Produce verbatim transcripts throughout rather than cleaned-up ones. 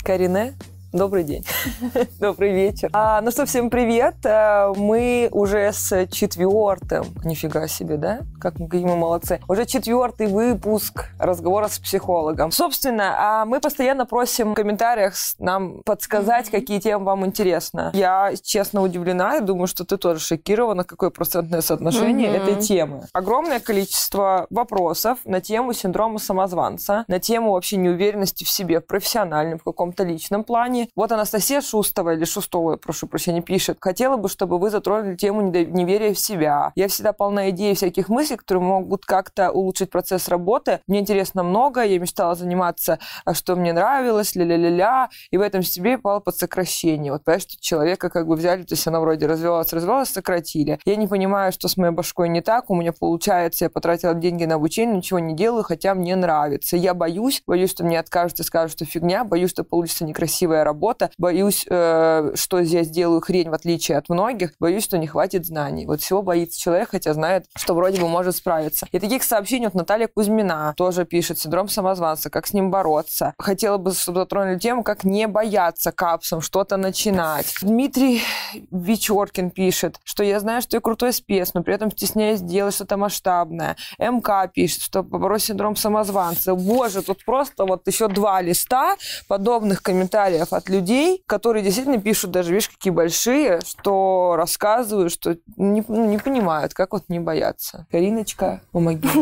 Карине, добрый день. Добрый вечер. А, ну что, всем привет. Мы уже с четвертым, нифига себе, да? Как какие мы молодцы. Уже четвертый выпуск разговора с психологом. Собственно, мы постоянно просим в комментариях нам подсказать, mm-hmm. какие темы вам интересны. Я, честно, удивлена. Я думаю, что ты тоже шокирована, какое процентное соотношение mm-hmm. этой темы. Огромное количество вопросов на тему синдрома самозванца, на тему вообще неуверенности в себе в профессиональном, в каком-то личном плане. Вот Анастасия Шустова, или Шустова, прошу прощения, пишет: хотела бы, чтобы вы затронули тему неверия в себя. Я всегда полна идей и всяких мыслей, которые могут как-то улучшить процесс работы. Мне интересно много, я мечтала заниматься, что мне нравилось, ля-ля-ля-ля, и в этом себе попала под сокращение. Вот понимаешь, что человека как бы взяли, то есть она вроде развивалась, развивалась, сократили. Я не понимаю, что с моей башкой не так, у меня получается, я потратила деньги на обучение, ничего не делаю, хотя мне нравится. Я боюсь, боюсь, что мне откажут и скажут, что фигня, боюсь, что получится некрасивая работа, боюсь, э, что я сделаю хрень, в отличие от многих, боюсь, что не хватит знаний. Вот всего боится человек, хотя знает, что вроде бы может справиться. И таких сообщений вот Наталья Кузьмина тоже пишет: синдром самозванца, как с ним бороться. Хотела бы, чтобы затронули тему, как не бояться капсом что-то начинать. Дмитрий Вечеркин пишет, что я знаю, что я крутой спец, но при этом стесняюсь делать что-то масштабное. МК пишет, что побороть синдром самозванца. Боже, тут просто вот еще два листа подобных комментариев от людей, которые действительно пишут, даже, видишь, какие большие, что рассказывают, что не, ну, не понимают, как вот не бояться. Кариночка, помоги нам.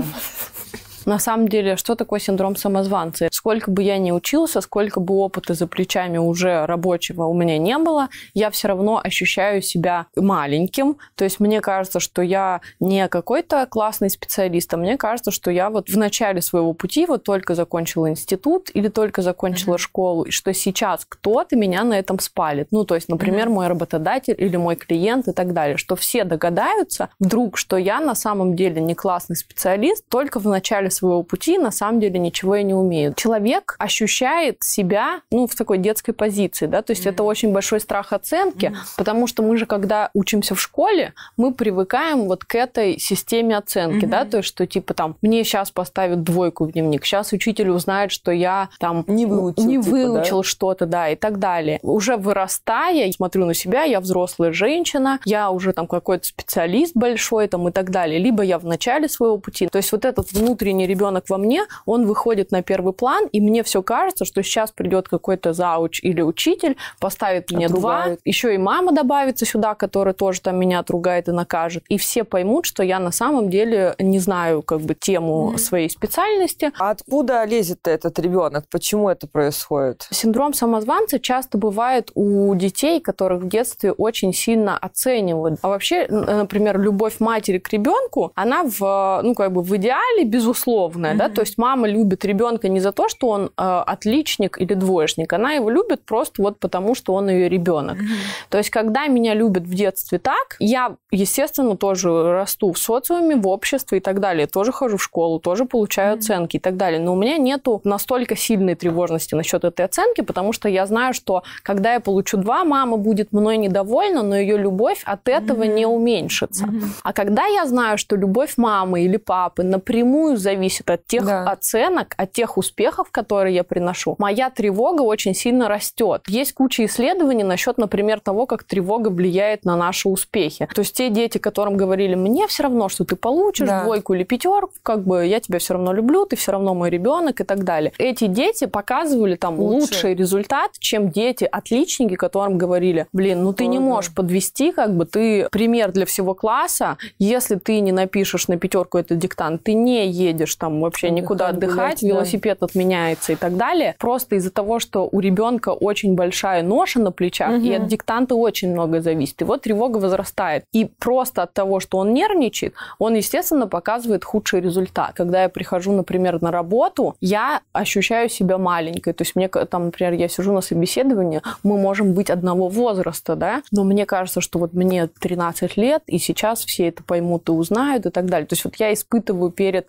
На самом деле, что такое синдром самозванца? Сколько бы я ни учился, сколько бы опыта за плечами уже рабочего у меня не было, я все равно ощущаю себя маленьким. То есть мне кажется, что я не какой-то классный специалист, а мне кажется, что я вот в начале своего пути вот только закончила институт или только закончила mm-hmm. школу, и что сейчас кто-то меня на этом спалит. Ну, то есть, например, mm-hmm. мой работодатель или мой клиент и так далее, что все догадаются вдруг, что я на самом деле не классный специалист, только в начале своего пути на самом деле ничего я не умею. Человек ощущает себя, ну, в такой детской позиции, да, то есть mm-hmm. это очень большой страх оценки, mm-hmm. потому что мы же, когда учимся в школе, мы привыкаем вот к этой системе оценки, mm-hmm. да, то есть что типа там мне сейчас поставят двойку в дневник, сейчас учитель узнает, что я там не выучил, не типа, выучил да? что-то, да, и так далее. Уже вырастая, смотрю на себя, я взрослая женщина, я уже там какой-то специалист большой там и так далее, либо я в начале своего пути, то есть вот этот внутренний ребенок во мне, он выходит на первый план, и мне все кажется, что сейчас придет какой-то зауч или учитель, поставит мне Отругает. два, еще и мама добавится сюда, которая тоже там меня отругает и накажет, и все поймут, что я на самом деле не знаю как бы тему mm-hmm. своей специальности. А откуда лезет этот ребенок? Почему это происходит? Синдром самозванца часто бывает у детей, которых в детстве очень сильно оценивают. А вообще, например, любовь матери к ребенку, она в, ну, как бы в идеале безусловная, mm-hmm. да, то есть мама любит ребенка не за то, что он э, отличник или двоечник, она его любит просто вот потому, что он ее ребенок. Mm-hmm. То есть, когда меня любят в детстве так, я, естественно, тоже расту в социуме, в обществе и так далее, тоже хожу в школу, тоже получаю mm-hmm. оценки и так далее, но у меня нету настолько сильной тревожности насчет этой оценки, потому что я знаю, что когда я получу два, мама будет мной недовольна, но ее любовь от этого mm-hmm. не уменьшится. Mm-hmm. А когда я знаю, что любовь мамы или папы напрямую зависит от тех да. оценок, от тех успехов, которые я приношу, моя тревога очень сильно растет. Есть куча исследований насчет, например, того, как тревога влияет на наши успехи. То есть те дети, которым говорили: мне все равно, что ты получишь да. двойку или пятерку, как бы я тебя все равно люблю, ты все равно мой ребенок и так далее. Эти дети показывали там Лучше. лучший результат, чем дети-отличники, которым говорили: блин, ну ты О, не можешь да. подвести, как бы ты пример для всего класса, если ты не напишешь на пятерку этот диктант, ты не едешь там вообще никуда отдыхать, гулять, велосипед да. отменяется и так далее. Просто из-за того, что у ребенка очень большая ноша на плечах, угу. и от диктанта очень много зависит. И вот тревога возрастает. И просто от того, что он нервничает, он, естественно, показывает худший результат. Когда я прихожу, например, на работу, я ощущаю себя маленькой. То есть мне там, например, я сижу на собеседовании, мы можем быть одного возраста, да, но мне кажется, что вот мне тринадцать лет, и сейчас все это поймут и узнают и так далее. То есть вот я испытываю перед работодателем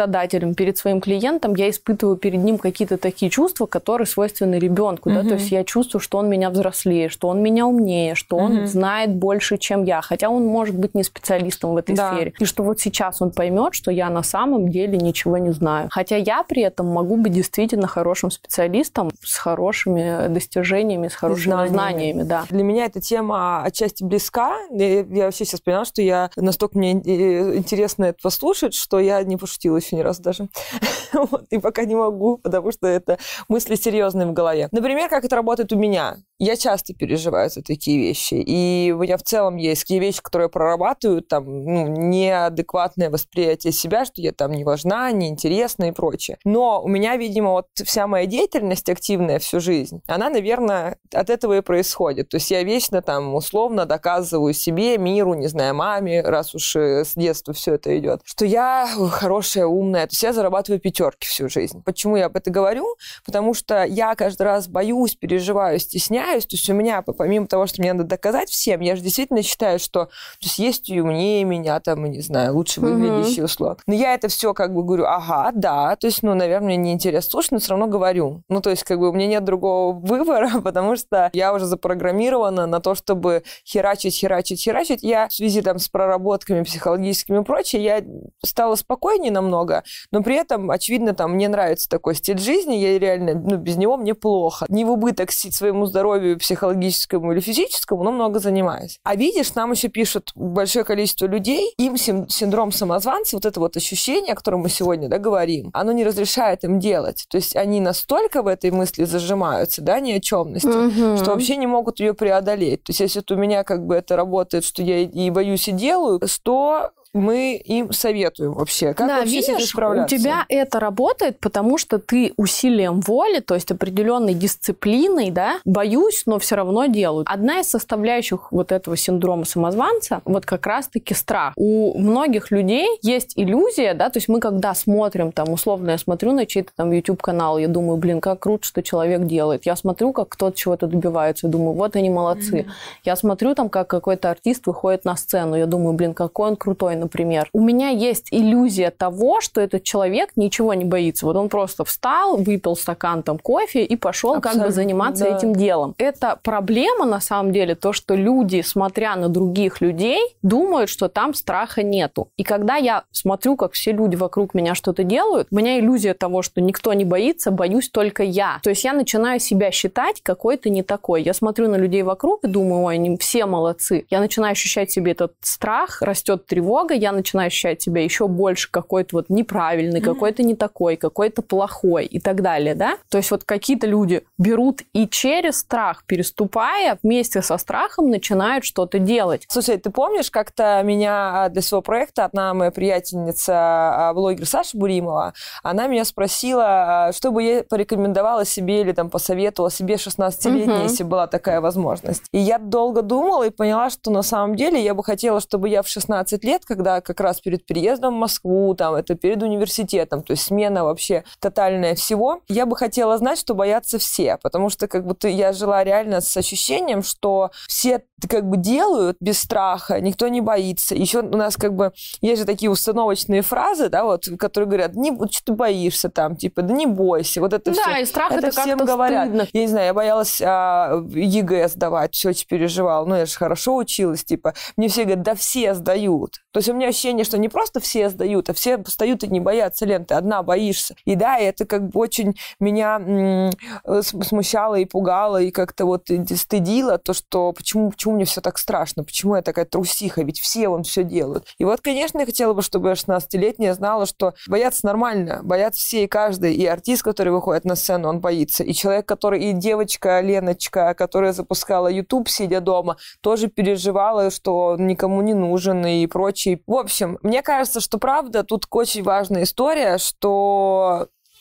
работодателем, перед своим клиентом, я испытываю перед ним какие-то такие чувства, которые свойственны ребенку, mm-hmm. да, то есть я чувствую, что он меня взрослее, что он меня умнее, что он mm-hmm. знает больше, чем я, хотя он может быть не специалистом в этой да. сфере, и что вот сейчас он поймет, что я на самом деле ничего не знаю, хотя я при этом могу быть действительно хорошим специалистом с хорошими достижениями, с хорошими знаниями, знаниями да. Для меня эта тема отчасти близка, я, я вообще сейчас поняла, что я настолько мне интересно это послушать, что я не пошутила еще ни разу даже. Вот, и пока не могу, потому что это мысли серьезные в голове. Например, как это работает у меня. Я часто переживаю за такие вещи. И у меня в целом есть такие вещи, которые прорабатывают, там, ну, неадекватное восприятие себя, что я там не важна, неинтересна и прочее. Но у меня, видимо, вот вся моя деятельность активная всю жизнь, она, наверное, от этого и происходит. То есть я вечно там условно доказываю себе, миру, не знаю, маме, раз уж с детства все это идет, что я хорошая, умная. То есть я зарабатываю пятерки всю жизнь. Почему я об этом говорю? Потому что я каждый раз боюсь, переживаю, стесняюсь. То есть у меня, помимо того, что мне надо доказать всем, я же действительно считаю, что то есть, есть и умнее меня, там, не знаю, лучше выглядящие mm-hmm. условия. Но я это все как бы говорю, ага, да, то есть, ну, наверное, мне неинтересно слушать, но все равно говорю. Ну, то есть, как бы у меня нет другого выбора, потому что я уже запрограммирована на то, чтобы херачить, херачить, херачить. Я в связи там с проработками психологическими и прочее, я стала спокойнее намного, но при этом, очевидно, там, мне нравится такой стиль жизни, я реально, ну, без него мне плохо. Не в убыток своему здоровью психологическому или физическому, но много занимаюсь. А видишь, нам еще пишут большое количество людей, им синдром самозванца, вот это вот ощущение, о котором мы сегодня, да, говорим, оно не разрешает им делать. То есть они настолько в этой мысли зажимаются, да, ни о чёмности, угу. что вообще не могут ее преодолеть. То есть если у меня как бы это работает, что я и боюсь, и делаю, что мы им советуем вообще, как да, вообще видишь, с этим справляться. У тебя это работает, потому что ты усилием воли, то есть определенной дисциплиной, да, боюсь, но все равно делаю. Одна из составляющих вот этого синдрома самозванца, вот как раз-таки страх. У многих людей есть иллюзия, да, то есть мы когда смотрим, там, условно, я смотрю на чей-то там YouTube-канал, я думаю, блин, как круто, что человек делает. Я смотрю, как кто-то чего-то добивается, я думаю, вот они молодцы. Mm-hmm. Я смотрю там, как какой-то артист выходит на сцену, я думаю, блин, какой он крутой, например. У меня есть иллюзия того, что этот человек ничего не боится. Вот он просто встал, выпил стакан там кофе и пошел как бы заниматься да. этим делом. Это проблема, на самом деле, то, что люди, смотря на других людей, думают, что там страха нету. И когда я смотрю, как все люди вокруг меня что-то делают, у меня иллюзия того, что никто не боится, боюсь только я. То есть я начинаю себя считать какой-то не такой. Я смотрю на людей вокруг и думаю, ой, они все молодцы. Я начинаю ощущать в себе этот страх, растет тревога, я начинаю ощущать себя еще больше какой-то вот неправильный, mm-hmm. какой-то не такой, какой-то плохой и так далее, да? То есть вот какие-то люди берут и через страх, переступая, вместе со страхом начинают что-то делать. Слушай, ты помнишь, как-то меня для своего проекта одна моя приятельница, блогер Саша Буримова, она меня спросила, что бы я порекомендовала себе или там посоветовала себе шестнадцатилетней, mm-hmm. если была такая возможность. И я долго думала и поняла, что на самом деле я бы хотела, чтобы я в шестнадцать лет, когда как раз перед переездом в Москву, там, это перед университетом, то есть смена вообще тотальная всего, я бы хотела знать, что боятся все, потому что как будто я жила реально с ощущением, что все как бы делают без страха, никто не боится. Еще у нас как бы есть же такие установочные фразы, да, вот, которые говорят, не, что ты боишься там, типа, да не бойся, вот это да, все. Да, и страх это, это всем как-то говорят. стыдно. Я не знаю, я боялась а, ЕГЭ сдавать, все очень переживала, ну я же хорошо училась, типа, мне все говорят, да все сдают. То есть у меня ощущение, что не просто все сдают, а все встают и не боятся, Лен, ты одна боишься. И да, это как бы очень меня м- смущало и пугало, и как-то вот стыдило то, что почему, почему мне все так страшно, почему я такая трусиха, ведь все вон все делают. И вот, конечно, я хотела бы, чтобы я шестнадцатилетняя знала, что бояться нормально, боятся все и каждый, и артист, который выходит на сцену, он боится, и человек, который, и девочка Леночка, которая запускала YouTube, сидя дома, тоже переживала, что он никому не нужен и прочее. В общем, мне кажется, что правда, тут очень важная история, что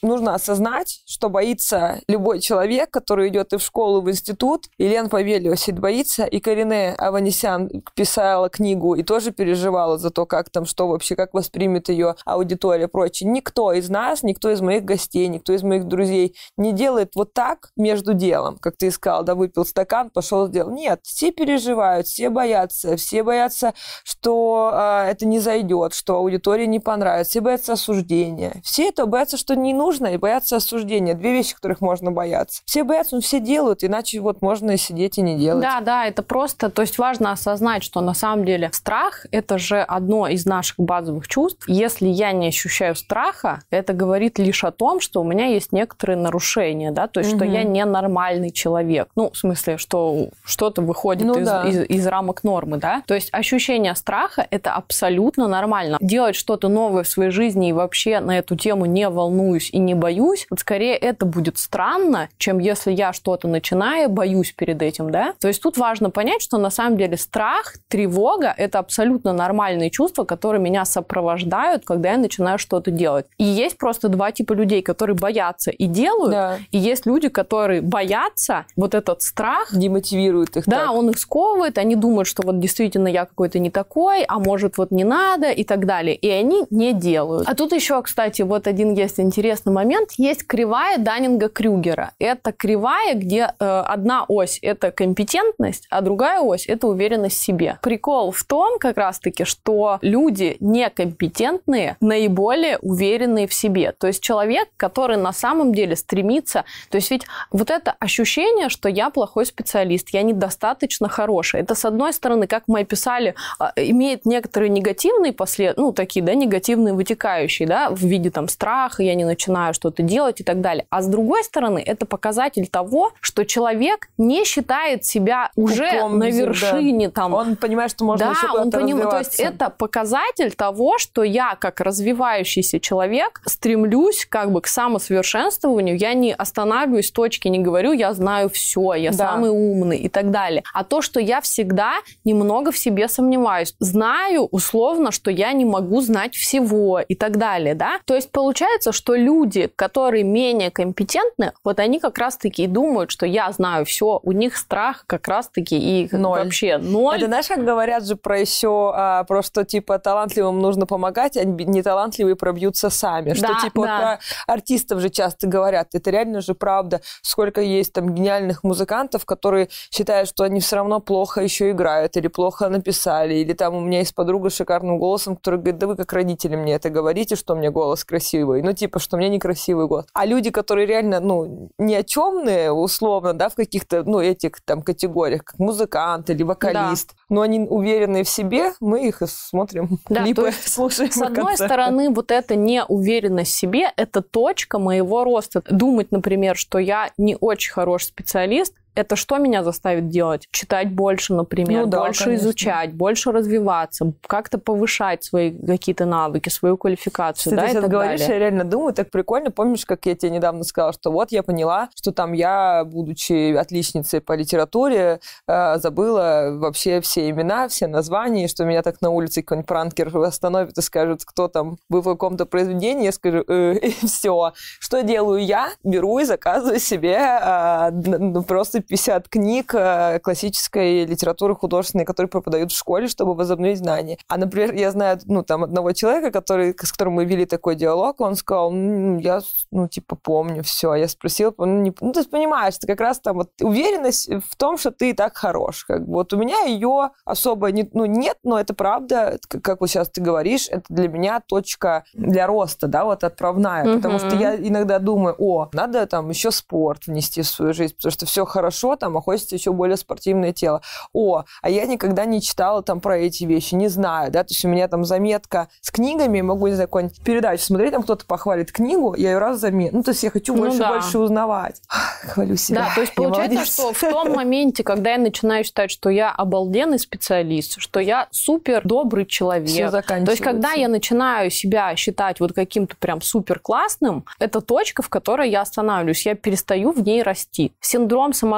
нужно осознать, что боится любой человек, который идет и в школу, и в институт. И Лен Павелева сидит боится, и Карине Аванесян писала книгу и тоже переживала за то, как там, что вообще, как воспримет ее аудитория и прочее. Никто из нас, никто из моих гостей, никто из моих друзей не делает вот так между делом, как ты сказал, да, выпил стакан, пошел сделал. Нет, все переживают, все боятся, все боятся, что э, это не зайдет, что аудитории не понравится, все боятся осуждения. Все это боятся, что не нужно, и боятся осуждения. Две вещи, которых можно бояться. Все боятся, но все делают, иначе вот можно и сидеть и не делать. Да, да, это просто, то есть важно осознать, что на самом деле страх – это же одно из наших базовых чувств. Если я не ощущаю страха, это говорит лишь о том, что у меня есть некоторые нарушения, да, то есть угу. что я ненормальный человек. Ну, в смысле, что что-то выходит ну, из, да. из, из рамок нормы, да. То есть ощущение страха – это абсолютно нормально. Делать что-то новое в своей жизни и вообще на эту тему не волнуюсь и не боюсь, вот скорее это будет странно, чем если я что-то начинаю, боюсь перед этим, да. То есть тут важно понять, что на самом деле страх, тревога – это абсолютно нормальные чувства, которые меня сопровождают, когда я начинаю что-то делать. И есть просто два типа людей, которые боятся и делают, да. и есть люди, которые боятся, вот этот страх демотивирует их. Да, так. он их сковывает, они думают, что вот действительно я какой-то не такой, а может вот не надо и так далее. И они не делают. А тут еще, кстати, вот один есть интересный момент. Есть кривая Даннинга-Крюгера. Это кривая, где э, одна ось – это компетентность, а другая ось – это уверенность в себе. Прикол в том, как раз-таки, что люди некомпетентные наиболее уверенные в себе. То есть человек, который на самом деле стремится... То есть ведь вот это ощущение, что я плохой специалист, я недостаточно хороший, это, с одной стороны, как мы описали, имеет некоторые негативные последствия, ну, такие, да, негативные вытекающие, да, в виде там страха, я не начинаю что-то делать и так далее. А с другой стороны, это показатель того, что человек не считает себя уже Упом, на вершине. Да. Там. Он понимает, что можно да, еще куда-то он поним... развиваться. То есть это показатель того, что я, как развивающийся человек, стремлюсь как бы к самосовершенствованию, я не останавливаюсь в точке, не говорю, я знаю все, я да. самый умный и так далее. А то, что я всегда немного в себе сомневаюсь, знаю условно, что я не могу знать всего и так далее, да. То есть получается, что люди, которые менее компетентны, вот они как раз-таки и думают, что я знаю все, у них страх как раз-таки и ноль. Вообще ноль. Это знаешь, как говорят же про еще, а, про что типа талантливым нужно помогать, а неталантливые пробьются сами. Что да, типа да. вот про артистов же часто говорят, это реально же правда, сколько есть там гениальных музыкантов, которые считают, что они все равно плохо еще играют или плохо написали, или там у меня есть подруга с шикарным голосом, которая говорит, да вы как родители мне это говорите, что у меня голос красивый, ну типа, что у меня некрасивый голос. А люди, которые реально, ну, ни о чемные, условно, да, в каких-то, ну, этих там категориях, как музыкант или вокалист, да. но они уверенные в себе, мы их смотрим, да, клипы, то есть, слушаем. С одной стороны, вот эта неуверенность в себе, это точка моего роста. Думать, например, что я не очень хороший специалист, это что меня заставит делать? Читать больше, например, ну, да, больше конечно. изучать, больше развиваться, как-то повышать свои какие-то навыки, свою квалификацию. Ты да, сейчас говоришь, далее. я реально думаю, так прикольно. Помнишь, как я тебе недавно сказала, что вот я поняла, что там я, будучи отличницей по литературе, э, забыла вообще все имена, все названия, что меня так на улице какой-нибудь пранкер остановит и скажет, кто там был в каком-то произведении, я скажу, э, и все. Что делаю я? Беру и заказываю себе э, ну, просто пятьдесят книг классической литературы художественной, которые преподают в школе, чтобы возобновить знания. А, например, я знаю, ну, там, одного человека, который, с которым мы вели такой диалог, он сказал, ну, я, ну, типа, помню все. Я спросила, ну, не... ну, ты понимаешь, это как раз там вот уверенность в том, что ты и так хорош. Как бы. Вот у меня ее особо не, ну, нет, но это правда, как вот сейчас ты говоришь, это для меня точка для роста, да, вот отправная, mm-hmm. потому что я иногда думаю, о, надо там еще спорт внести в свою жизнь, потому что все хорошо, там, а хочется еще более спортивное тело. О, а я никогда не читала там про эти вещи, не знаю, да, то есть у меня там заметка с книгами, могу, не знаю, какую-нибудь передачу смотреть, там кто-то похвалит книгу, я ее раз заметила. Ну, то есть я хочу больше и ну, да. больше узнавать. Хвалю себя. Да, то есть получается, что в том моменте, когда я начинаю считать, что я обалденный специалист, что я супер добрый человек, все заканчивается. То есть когда я начинаю себя считать вот каким-то прям супер классным, это точка, в которой я останавливаюсь, я перестаю в ней расти. Синдром самозванца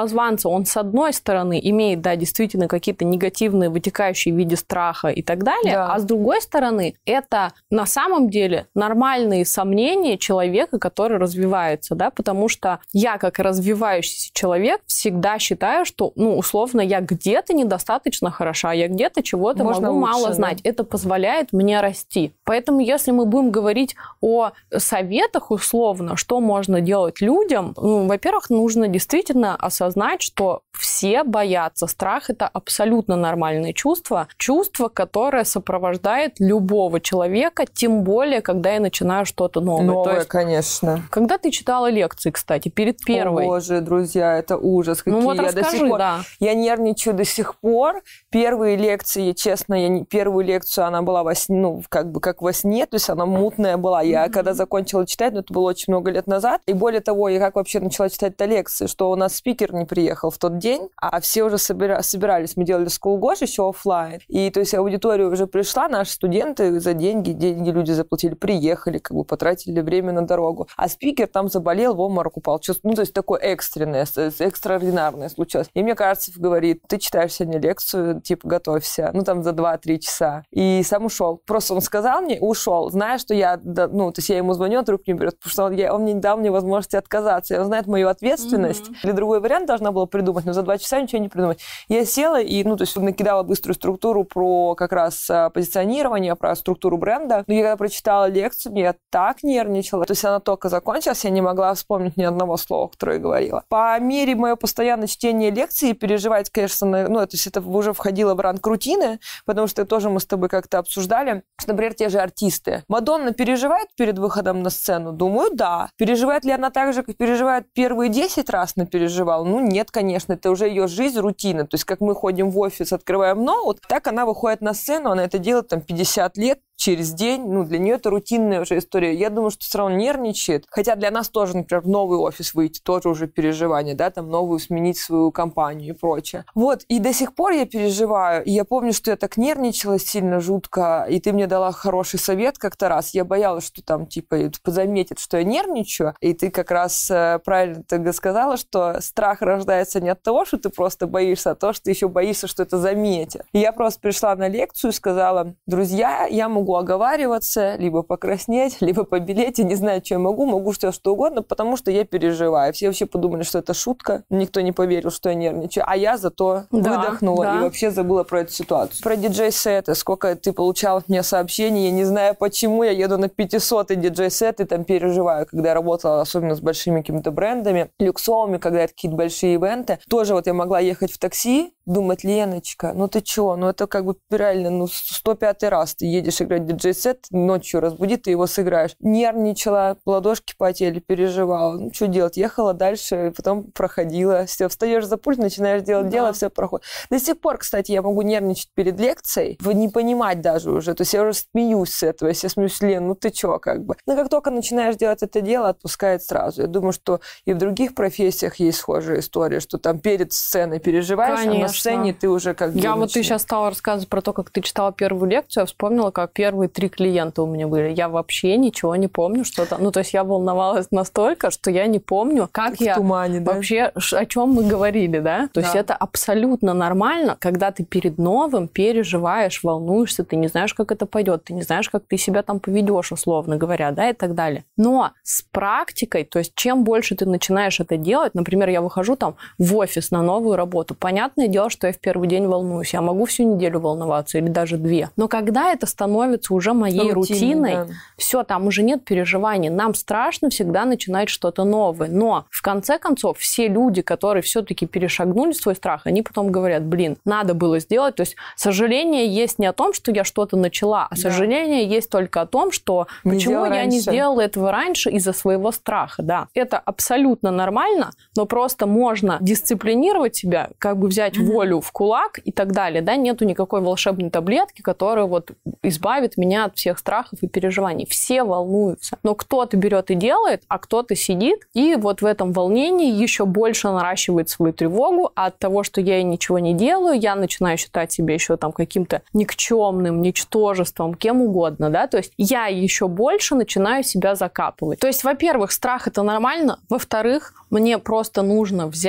самозванца, он с одной стороны имеет, да, действительно какие-то негативные, вытекающие в виде страха и так далее, да. А с другой стороны, это на самом деле нормальные сомнения человека, который развивается, да, потому что я, как развивающийся человек, всегда считаю, что, ну, условно, я где-то недостаточно хороша, я где-то чего-то Можно могу лучше, мало да. знать. Это позволяет мне расти. Поэтому, если мы будем говорить о советах, условно, что можно делать людям, ну, во-первых, нужно действительно осознать, что все боятся. Страх – это абсолютно нормальное чувство. Чувство, которое сопровождает любого человека, тем более, когда я начинаю что-то новое. Новое, То есть, конечно. когда ты читала лекции, кстати, перед первой? О, боже, друзья, это ужас. Какие Ну вот я расскажи, до сих пор, да. Я нервничаю до сих пор. Первые лекции, честно, я не, первую лекцию, она была во сне, ну, как бы как во сне, то есть она мутная была. Я mm-hmm. когда закончила читать, ну, это было очень много лет назад, и более того, я как вообще начала читать-то лекции, что у нас спикер не приехал в тот день, а все уже собира- собирались. Мы делали School Gosh еще офлайн. И то есть аудитория уже пришла, наши студенты за деньги, деньги люди заплатили, приехали, как бы потратили время на дорогу. А спикер там заболел, в обморок упал. Ну, то есть такое экстренное, экстраординарное случилось. И мне кажется, говорит, ты читаешь сегодня лекцию, типа, готовься. Ну, там за два-три часа. И сам ушел. Просто он сказал мне, ушел, зная, что я, ну, то есть я ему звоню, он трубку не берет, потому что он, я, он не дал мне возможности отказаться. И он знает мою ответственность. Mm-hmm. Или другой вариант должна была придумать, но за два часа ничего не придумать. Я села и, ну, то есть накидала быструю структуру про как раз позиционирование, про структуру бренда. Но я когда прочитала лекцию, я так нервничала. То есть она только закончилась, я не могла вспомнить ни одного слова, которое я говорила. По мере моего постоянного чтения лекций, переживать, конечно, ну, то есть это уже входило в ранг рутины, потому что тоже мы с тобой как-то обсуждали, что, например, те же артисты. Мадонна переживает перед выходом на сцену? Думаю, да. Переживает ли она так же, как переживает первые десять раз на переживал? Ну, нет, конечно, это уже ее жизнь, рутина. То есть как мы ходим в офис, открываем ноут, так она выходит на сцену, она это делает там пятьдесят лет, через день, ну, для нее это рутинная уже история. Я думаю, что все равно нервничает. Хотя для нас тоже, например, в новый офис выйти, тоже уже переживание, да, там новую сменить свою компанию и прочее. Вот, и до сих пор я переживаю. И я помню, что я так нервничала сильно, жутко, и ты мне дала хороший совет как-то раз. Я боялась, что там, типа, заметят, что я нервничаю, и ты как раз э, правильно тогда сказала, что страх рождается не от того, что ты просто боишься, а от того, что ты еще боишься, что это заметят. И я просто пришла на лекцию и сказала, друзья, я могу могу оговариваться, либо покраснеть, либо побелеть, и не знаю, что я могу, могу все что угодно, потому что я переживаю. Все вообще подумали, что это шутка, никто не поверил, что я нервничаю, а я зато да, выдохнула да. и вообще забыла про эту ситуацию. Про диджей-сеты, сколько ты получал от меня сообщений, я не знаю почему, я еду на пятисотый диджей-сет и там переживаю, когда я работала особенно с большими какими-то брендами, люксовыми, когда это какие-то большие ивенты. Тоже вот я могла ехать в такси, думать, Леночка, ну ты чё, ну это как бы реально, ну сто пятый раз ты едешь играть диджей-сет, ночью разбуди, ты его сыграешь. Нервничала, ладошки потели, переживала. Ну, что делать? Ехала дальше, потом проходила. Все, встаешь за пульт, начинаешь делать да. дело, все проходит. До сих пор, кстати, я могу нервничать перед лекцией, не понимать даже уже. То есть я уже смеюсь с этого. Я смеюсь, Лен, ну ты чё, как бы. Но как только начинаешь делать это дело, отпускает сразу. Я думаю, что и в других профессиях есть схожая история, что там перед сценой переживаешь, Конечно. а на сцене ты уже как бы... Я начинаешь. Вот ты сейчас стала рассказывать про то, как ты читала первую лекцию, я вспомнила, как первые три клиента у меня были. Я вообще ничего не помню, что там... Ну, то есть я волновалась настолько, что я не помню, как, как я... В тумане, да? Вообще, о чем мы говорили, да? То да. есть это абсолютно нормально, когда ты перед новым переживаешь, волнуешься, ты не знаешь, как это пойдет, ты не знаешь, как ты себя там поведешь, условно говоря, да, и так далее. Но с практикой, то есть чем больше ты начинаешь это делать, например, я выхожу там в офис на новую работу, понятное дело, что я в первый день волнуюсь, я могу всю неделю волноваться или даже две. Но когда это становится уже моей рутиной, да. все, там уже нет переживаний. Нам страшно всегда начинать что-то новое. Но в конце концов все люди, которые все-таки перешагнули свой страх, они потом говорят, блин, надо было сделать. То есть сожаление есть не о том, что я что-то начала, а сожаление да. есть только о том, что не почему я раньше. не сделала этого раньше из-за своего страха. Да. Это абсолютно нормально, но просто можно дисциплинировать себя, как бы взять mm-hmm. волю в кулак и так далее. Да? Нету никакой волшебной таблетки, которая вот избавит меня от всех страхов и переживаний. Все волнуются. Но кто-то берет и делает, а кто-то сидит и вот в этом волнении еще больше наращивает свою тревогу, а от того, что я ничего не делаю, я начинаю считать себя еще там каким-то никчемным, ничтожеством, кем угодно, да, то есть я еще больше начинаю себя закапывать. То есть, во-первых, страх — это нормально, во-вторых, мне просто нужно взять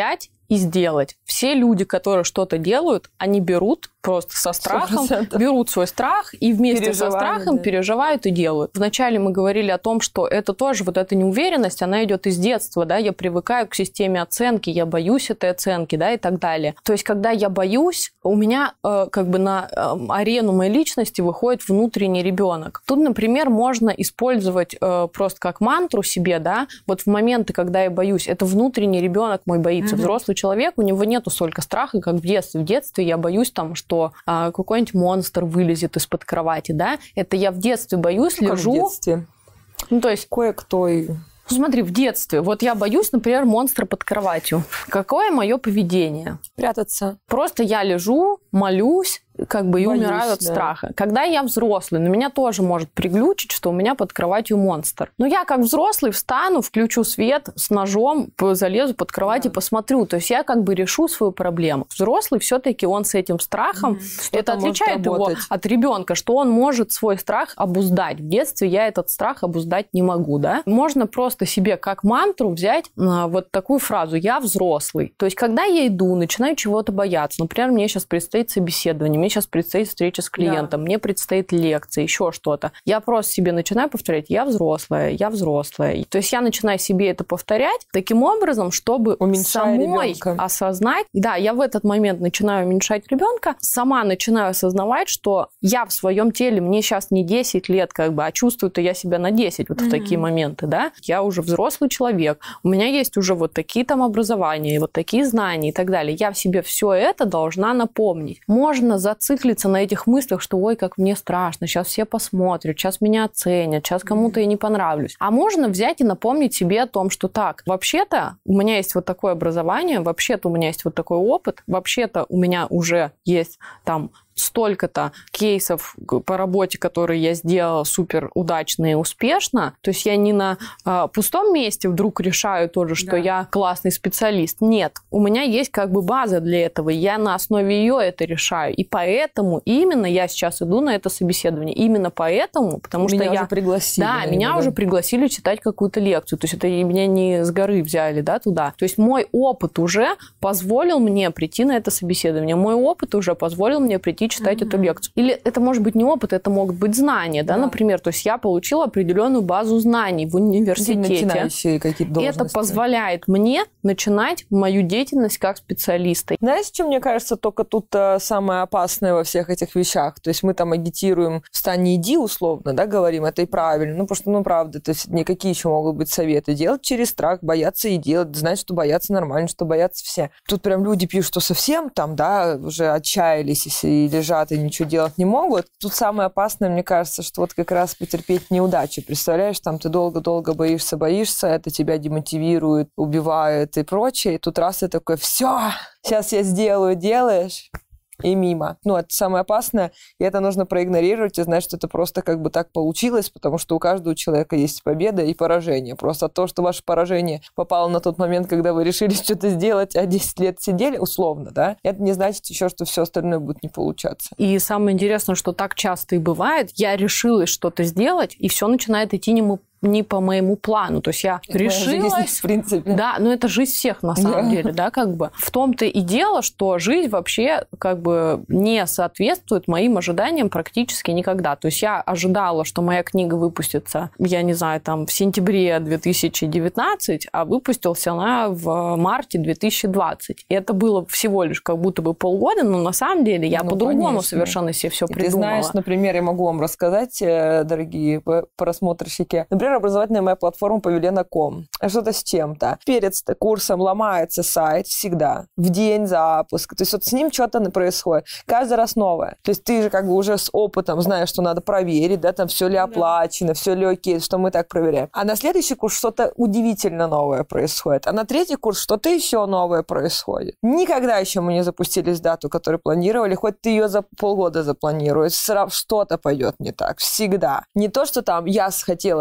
и сделать. Все люди, которые что-то делают, они берут просто со страхом, сто процентов берут свой страх и вместе со страхом да. переживают и делают. Вначале мы говорили о том, что это тоже вот эта неуверенность, она идет из детства, да, я привыкаю к системе оценки, я боюсь этой оценки, да, и так далее. То есть, когда я боюсь, у меня э, как бы на э, арену моей личности выходит внутренний ребенок. Тут, например, можно использовать э, просто как мантру себе, да, вот в моменты, когда я боюсь, это внутренний ребенок мой боится. Mm-hmm. Взрослый человек, у него нету столько страха, как в детстве. В детстве я боюсь там, что а, какой-нибудь монстр вылезет из-под кровати, да? Это я в детстве боюсь, ну, лежу. Как в детстве? Ну, то есть... Кое-кто и... Ну, смотри, в детстве. Вот я боюсь, например, монстра под кроватью. Какое мое поведение? Прятаться. Просто я лежу, молюсь, как бы и Боюсь, умираю от да. страха. Когда я взрослый, на меня тоже может приглючить, что у меня под кроватью монстр. Но я как взрослый встану, включу свет, с ножом залезу под кровать да. и посмотрю. То есть я как бы решу свою проблему. Взрослый все-таки он с этим страхом, mm-hmm. это отличает его от ребенка, что он может свой страх обуздать. В детстве я этот страх обуздать не могу, да. Можно просто себе как мантру взять а, вот такую фразу «я взрослый». То есть когда я иду, начинаю чего-то бояться, например, мне сейчас предстоит собеседование, мне сейчас предстоит встреча с клиентом, да. мне предстоит лекция, еще что-то. Я просто себе начинаю повторять «я взрослая, я взрослая». То есть я начинаю себе это повторять таким образом, чтобы уменьшая самой ребенка. осознать. Да, я в этот момент начинаю уменьшать ребенка, сама начинаю осознавать, что я в своем теле, мне сейчас не десять лет, как бы, а чувствую-то я себя на десять вот mm-hmm. в такие моменты, да. Я уже взрослый человек, у меня есть уже вот такие там образования, вот такие знания и так далее. Я в себе все это должна напомнить. Можно зациклиться на этих мыслях, что ой, как мне страшно, сейчас все посмотрят, сейчас меня оценят, сейчас кому-то я не понравлюсь. А можно взять и напомнить себе о том, что так, вообще-то у меня есть вот такое образование, вообще-то у меня есть вот такой опыт, вообще-то у меня уже есть там столько-то кейсов по работе, которые я сделала супер удачно и успешно. То есть я не на а, пустом месте вдруг решаю тоже, что да. я классный специалист. Нет, у меня есть как бы база для этого. Я на основе ее это решаю. И поэтому именно я сейчас иду на это собеседование. Именно поэтому, потому меня что я... уже пригласили. Да, меня да. уже пригласили читать какую-то лекцию. То есть это меня не с горы взяли, да, туда. То есть мой опыт уже позволил мне прийти на это собеседование. Мой опыт уже позволил мне прийти читать mm-hmm. эту лекцию. Или это может быть не опыт, это могут быть знания, да, да, например. То есть я получила определенную базу знаний в университете. Начинающие какие-то должности. Это позволяет мне начинать мою деятельность как специалиста. Знаешь, что мне кажется, только тут а, самое опасное во всех этих вещах? То есть мы там агитируем «встань, не иди», условно, да, говорим, это и правильно. Ну, потому что, ну, правда, то есть никакие еще могут быть советы. Делать через страх, бояться и делать, знать, что бояться нормально, что боятся все. Тут прям люди пишут, что совсем там, да, уже отчаялись и лежат, и ничего делать не могут. Тут самое опасное, мне кажется, что вот как раз потерпеть неудачу. Представляешь, там ты долго-долго боишься, боишься, это тебя демотивирует, убивает и прочее. И тут раз ты такой, все, сейчас я сделаю, делаешь, и мимо. Ну, это самое опасное, и это нужно проигнорировать и знать, что это просто как бы так получилось, потому что у каждого человека есть победа и поражение. Просто то, что ваше поражение попало на тот момент, когда вы решили что-то сделать, а десять лет сидели, условно, да, это не значит еще, что все остальное будет не получаться. И самое интересное, что так часто и бывает, я решилась что-то сделать, и все начинает идти не мы не по моему плану. То есть я это решилась... Жизнь, в принципе. Да, но это жизнь всех на самом yeah. деле, да, как бы. В том-то и дело, что жизнь вообще как бы не соответствует моим ожиданиям практически никогда. То есть я ожидала, что моя книга выпустится, я не знаю, там, в сентябре две тысячи девятнадцатого, а выпустилась она в марте две тысячи двадцатого. И это было всего лишь как будто бы полгода, но на самом деле я ну, по-другому конечно. совершенно себе все придумала. Ты знаешь, например, я могу вам рассказать, дорогие просмотрщики, например, образовательная моя платформа павелена точка ком. Что-то с чем-то. Перед курсом ломается сайт всегда. В день запуска. То есть вот с ним что-то происходит. Каждый раз новое. То есть ты же как бы уже с опытом знаешь, что надо проверить, да, там все ли оплачено, да. все ли окей, что мы так проверяем. А на следующий курс что-то удивительно новое происходит. А на третий курс что-то еще новое происходит. Никогда еще мы не запустились в дату, которую планировали. Хоть ты ее за полгода запланируешь, что-то пойдет не так. Всегда. Не то, что там я хотела с кем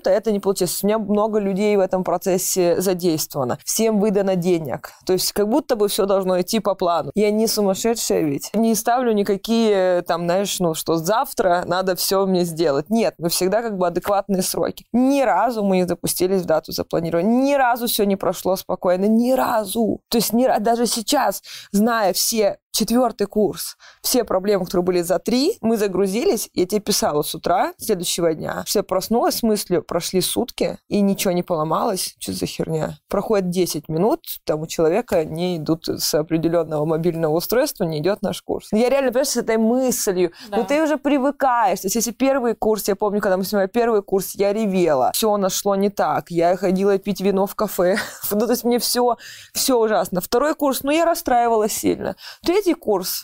кем-то это не получилось. У меня много людей в этом процессе задействовано. Всем выдано денег. То есть как будто бы все должно идти по плану. Я не сумасшедшая ведь. Не ставлю никакие, там, знаешь, ну, что завтра надо все мне сделать. Нет, мы всегда как бы адекватные сроки. Ни разу мы не запустились в дату запланирования. Ни разу все не прошло спокойно. Ни разу. То есть ни, даже сейчас, зная все четвертый курс, все проблемы, которые были за три, мы загрузились, я тебе писала с утра следующего дня. Все проснулась с мыслью, прошли сутки, и ничего не поломалось. Что за херня? Проходит десять минут, там у человека не идут с определенного мобильного устройства, не идет наш курс. Я реально, понимаешь, с этой мыслью, да. Но ты уже привыкаешь. То есть если первый курс, я помню, когда мы снимали первый курс, я ревела. Все нашло не так. Я ходила пить вино в кафе. Ну, то есть мне все, все ужасно. Второй курс, ну, я расстраивалась сильно. Третий курс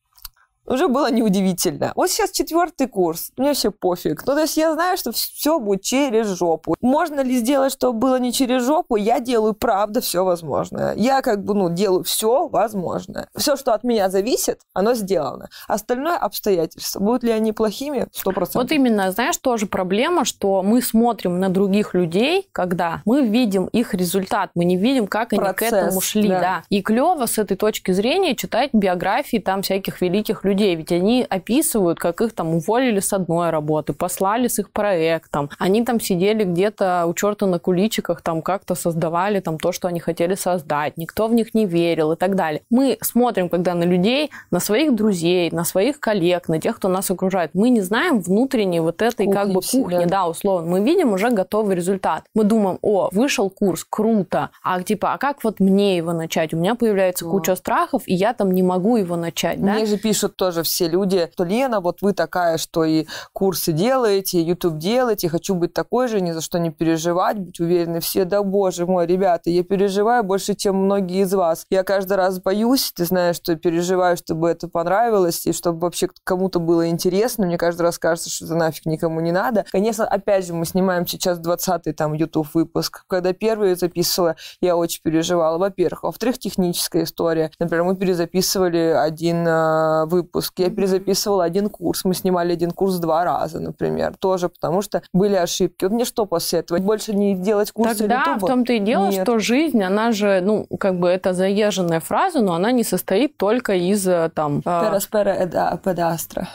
уже было неудивительно. Вот сейчас четвертый курс, мне вообще пофиг. Ну, то есть я знаю, что все будет через жопу. Можно ли сделать, чтобы было не через жопу? Я делаю, правда, все возможное. Я как бы, ну, делаю все возможное. Все, что от меня зависит, оно сделано. Остальное обстоятельства. Будут ли они плохими? Сто процентов. Вот именно, знаешь, тоже проблема, что мы смотрим на других людей, когда мы видим их результат, мы не видим, как Процесс, они к этому шли. Да. Да. И клево с этой точки зрения читать биографии там всяких великих людей. Людей, ведь они описывают, как их там уволили с одной работы, послали с их проектом, они там сидели где-то у черта на куличиках, там как-то создавали там то, что они хотели создать, никто в них не верил и так далее. Мы смотрим, когда на людей, на своих друзей, на своих коллег, на тех, кто нас окружает, мы не знаем внутренней вот этой кухни, как бы кухни, да, условно. Мы видим уже готовый результат. Мы думаем, о, вышел курс, круто, а типа, а как вот мне его начать? У меня появляется о. куча страхов, и я там не могу его начать, да? Мне же пишут тоже все люди, что Лена, вот вы такая, что и курсы делаете, и YouTube делаете, хочу быть такой же, ни за что не переживать, быть уверены все. Да, боже мой, ребята, я переживаю больше, чем многие из вас. Я каждый раз боюсь, ты знаешь, что переживаю, чтобы это понравилось, и чтобы вообще кому-то было интересно. Мне каждый раз кажется, что это нафиг никому не надо. Конечно, опять же, мы снимаем сейчас двадцатый там YouTube выпуск. Когда первый записывала, я очень переживала. Во-первых. Во-вторых, техническая история. Например, мы перезаписывали один э, выпуск. Я перезаписывала один курс. Мы снимали один курс два раза, например. Тоже потому, что были ошибки. Вот мне что после этого? Больше не делать курсы Тогда YouTube? В том-то и дело, Нет. что жизнь, она же, ну, как бы это заезженная фраза, но она не состоит только из там... Пераспера эда педастра.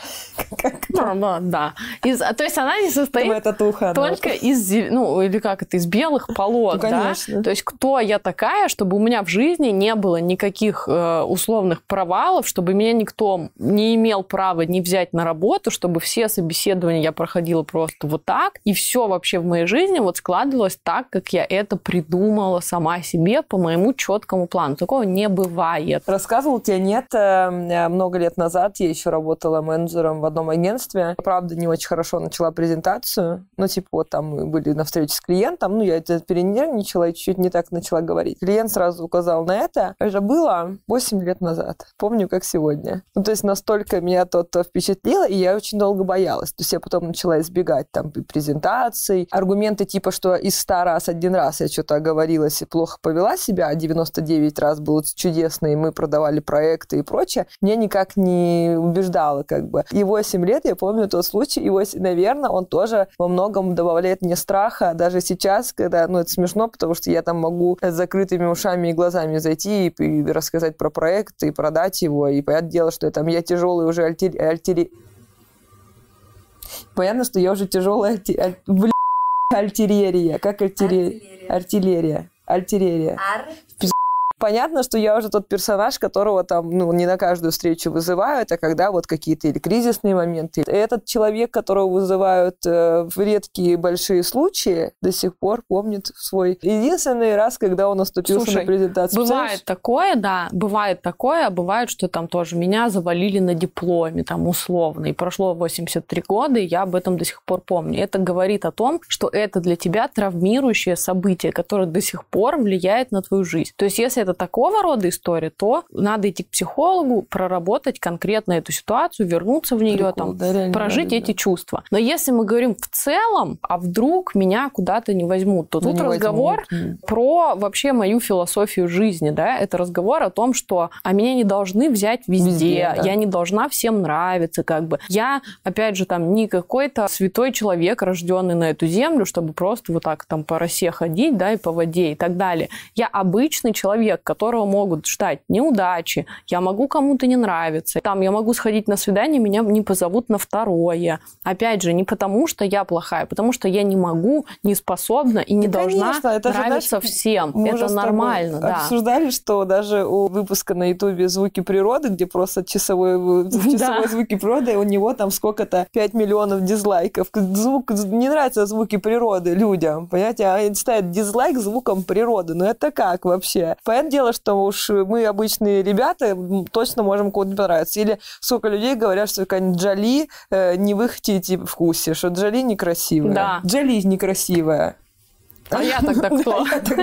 Да, да. Из, то есть она не состоит туха, только из, ну, или как это, из белых полос, ну, да? То есть кто я такая, чтобы у меня в жизни не было никаких э, условных провалов, чтобы меня никто не имел права не взять на работу, чтобы все собеседования я проходила просто вот так, и все вообще в моей жизни вот складывалось так, как я это придумала сама себе по моему четкому плану. Такого не бывает. Рассказывал тебе, нет, много лет назад я еще работала менеджером в одном агентстве. Правда, не очень хорошо начала презентацию. Ну, типа, вот там мы были на встрече с клиентом, ну, я это перенервничала и чуть-чуть не так начала говорить. Клиент сразу указал на это. Это было восемь лет назад. Помню, как сегодня. Ну, то есть настолько меня то-то впечатлило, и я очень долго боялась. То есть я потом начала избегать там презентаций. Аргументы типа, что из ста раз один раз я что-то оговорилась и плохо повела себя, а девяносто девять раз было чудесно, и мы продавали проекты и прочее, меня никак не убеждало, как бы. И восемь лет, я помню тот случай, и восемь, наверное, он тоже во многом добавляет мне страха, даже сейчас, когда, ну, это смешно, потому что я там могу с закрытыми ушами и глазами зайти и, и рассказать про проект, и продать его, и понятное дело, что там я тяжелый уже альтери... альтери... Понятно, что я уже тяжелая альти... аль... Бля... альтерерия. Как альтерерия? Артиллерия. Артиллерия. Ар... Понятно, что я уже тот персонаж, которого там, ну, не на каждую встречу вызывают, а когда вот какие-то или кризисные моменты. Этот человек, которого вызывают э, в редкие большие случаи, до сих пор помнит свой единственный раз, когда он оступился Слушай, на презентацию. Бывает такое, да, бывает такое, а бывает, что там тоже меня завалили на дипломе, там, условно, и прошло восемьдесят три года, и я об этом до сих пор помню. Это говорит о том, что это для тебя травмирующее событие, которое до сих пор влияет на твою жизнь. То есть, если это это такого рода история, то надо идти к психологу, проработать конкретно эту ситуацию, вернуться в нее, там, да, прожить эти да. чувства. Но если мы говорим в целом, а вдруг меня куда-то не возьмут, то ну, тут разговор возьмут. Про вообще мою философию жизни, да, это разговор о том, что а меня не должны взять везде, везде да. я не должна всем нравиться, как бы. Я, опять же, там, не какой-то святой человек, рожденный на эту землю, чтобы просто вот так там по росе ходить, да, и по воде и так далее. Я обычный человек, которого могут ждать неудачи, я могу кому-то не нравиться, там, я могу сходить на свидание, меня не позовут на второе. Опять же, не потому, что я плохая, потому что я не могу, не способна и не да, должна конечно, это нравиться же, всем. Мы это нормально, да. Обсуждали, что даже у выпуска на Ютубе «Звуки природы», где просто часовой, часовой да. «Звуки природы», у него там сколько-то пять миллионов дизлайков. Звук, не нравятся звуки природы людям, понимаете? Они ставят дизлайк звуком природы. Ну это как вообще? Понятное дело, что уж мы обычные ребята точно можем кому-то понравиться. Или сколько людей говорят, что какая-нибудь Джоли э, не в их типа вкусе, что Джоли некрасивая. Да. Джоли некрасивая. А я тогда кто?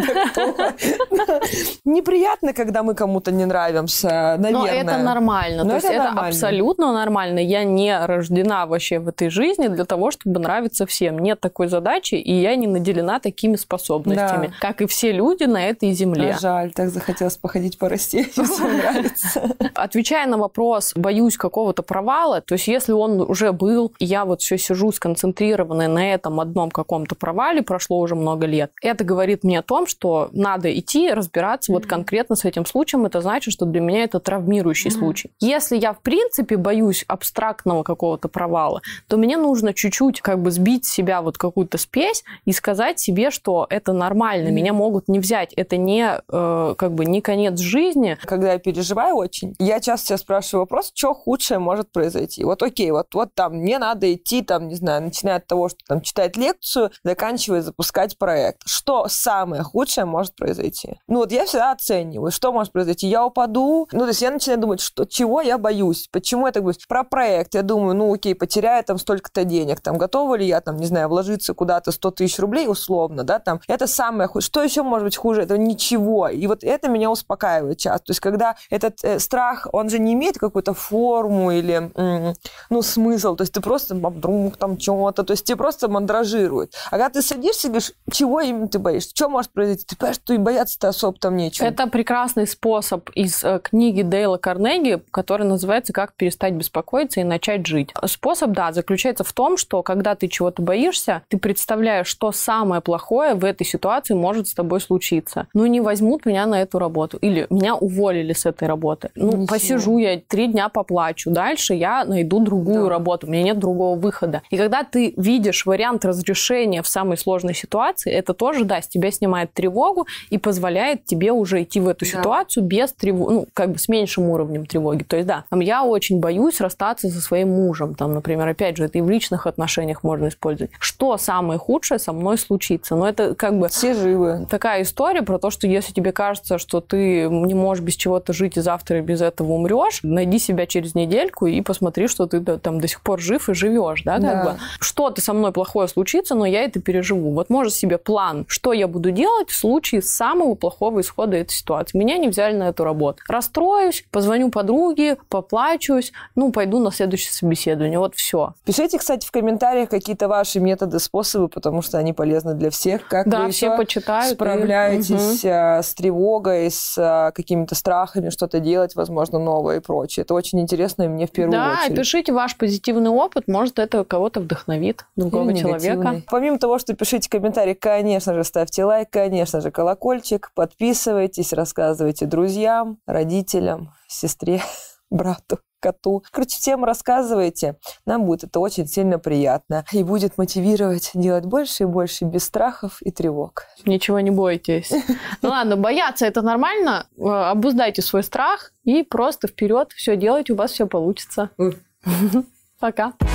Неприятно, когда мы кому-то не нравимся, наверное. Но это нормально. То есть это абсолютно нормально. Я не рождена вообще в этой жизни для того, чтобы нравиться всем. Нет такой задачи, и я не наделена такими способностями, как и все люди на этой земле. Жаль, так захотелось походить по растениям, всем нравится. Отвечая на вопрос, боюсь какого-то провала, то есть если он уже был, и я вот все сижу сконцентрированная на этом одном каком-то провале, прошло уже много лет, это говорит мне о том, что надо идти разбираться mm-hmm. вот конкретно с этим случаем. Это значит, что для меня это травмирующий mm-hmm. случай. Если я, в принципе, боюсь абстрактного какого-то провала, то мне нужно чуть-чуть как бы сбить с себя вот какую-то спесь и сказать себе, что это нормально, mm-hmm. меня могут не взять. Это не, э, как бы не конец жизни. Когда я переживаю очень, я часто себя спрашиваю вопрос, что худшее может произойти. Вот окей, вот, вот там мне надо идти, там, не знаю, начиная от того, что там читать лекцию, заканчивая запускать проект. Что самое худшее может произойти? Ну вот я всегда оцениваю, что может произойти. Я упаду, ну то есть я начинаю думать, что, чего я боюсь, почему я так боюсь. Про проект я думаю, ну окей, потеряю там столько-то денег, там готова ли я там, не знаю, вложиться куда-то сто тысяч рублей условно, да, там. Это самое худшее. Что еще может быть хуже? Это ничего. И вот это меня успокаивает часто. То есть когда этот э, страх, он же не имеет какую-то форму или, м- ну, смысл. То есть ты просто вдруг там чего-то, то есть тебе просто мандражирует. А когда ты садишься и говоришь, чего именно ты боишься? Что может произойти? Ты понимаешь, что и бояться-то особо там нечего. Это прекрасный способ из э, книги Дейла Карнеги, который называется «Как перестать беспокоиться и начать жить». Способ, да, заключается в том, что когда ты чего-то боишься, ты представляешь, что самое плохое в этой ситуации может с тобой случиться. Ну, не возьмут меня на эту работу. Или меня уволили с этой работы. Ну, Ничего. Посижу я, три дня поплачу. Дальше я найду другую да. работу. У меня нет другого выхода. И когда ты видишь вариант разрешения в самой сложной ситуации, это тоже, да, с тебя снимает тревогу и позволяет тебе уже идти в эту да. ситуацию без тревоги, ну, как бы с меньшим уровнем тревоги. То есть, да, там, я очень боюсь расстаться со своим мужем, там, например, опять же, это и в личных отношениях можно использовать. Что самое худшее со мной случится? Но это как бы... Все живы. Такая история про то, что если тебе кажется, что ты не можешь без чего-то жить и завтра без этого умрешь, найди себя через недельку и посмотри, что ты там до сих пор жив и живешь, да, как да. бы. Что-то со мной плохое случится, но я это переживу. Вот можешь себе план, что я буду делать в случае самого плохого исхода этой ситуации. Меня не взяли на эту работу. Расстроюсь, позвоню подруге, поплачусь, ну, пойду на следующее собеседование. Вот все. Пишите, кстати, в комментариях какие-то ваши методы, способы, потому что они полезны для всех. Как да, вы все еще почитают, справляетесь и... с тревогой, с какими-то страхами, что-то делать, возможно, новое и прочее. Это очень интересно и мне в первую да, очередь. Да, пишите ваш позитивный опыт, может, это кого-то вдохновит, другого или человека. Помимо того, что пишите комментарии, конечно же, ставьте лайк, конечно же, колокольчик, подписывайтесь, рассказывайте друзьям, родителям, сестре, брату, коту. Короче, всем рассказывайте. Нам будет это очень сильно приятно. И будет мотивировать делать больше и больше без страхов и тревог. Ничего не бойтесь. Ну ладно, бояться это нормально. Обуздайте свой страх и просто вперед все делайте, у вас все получится. Пока.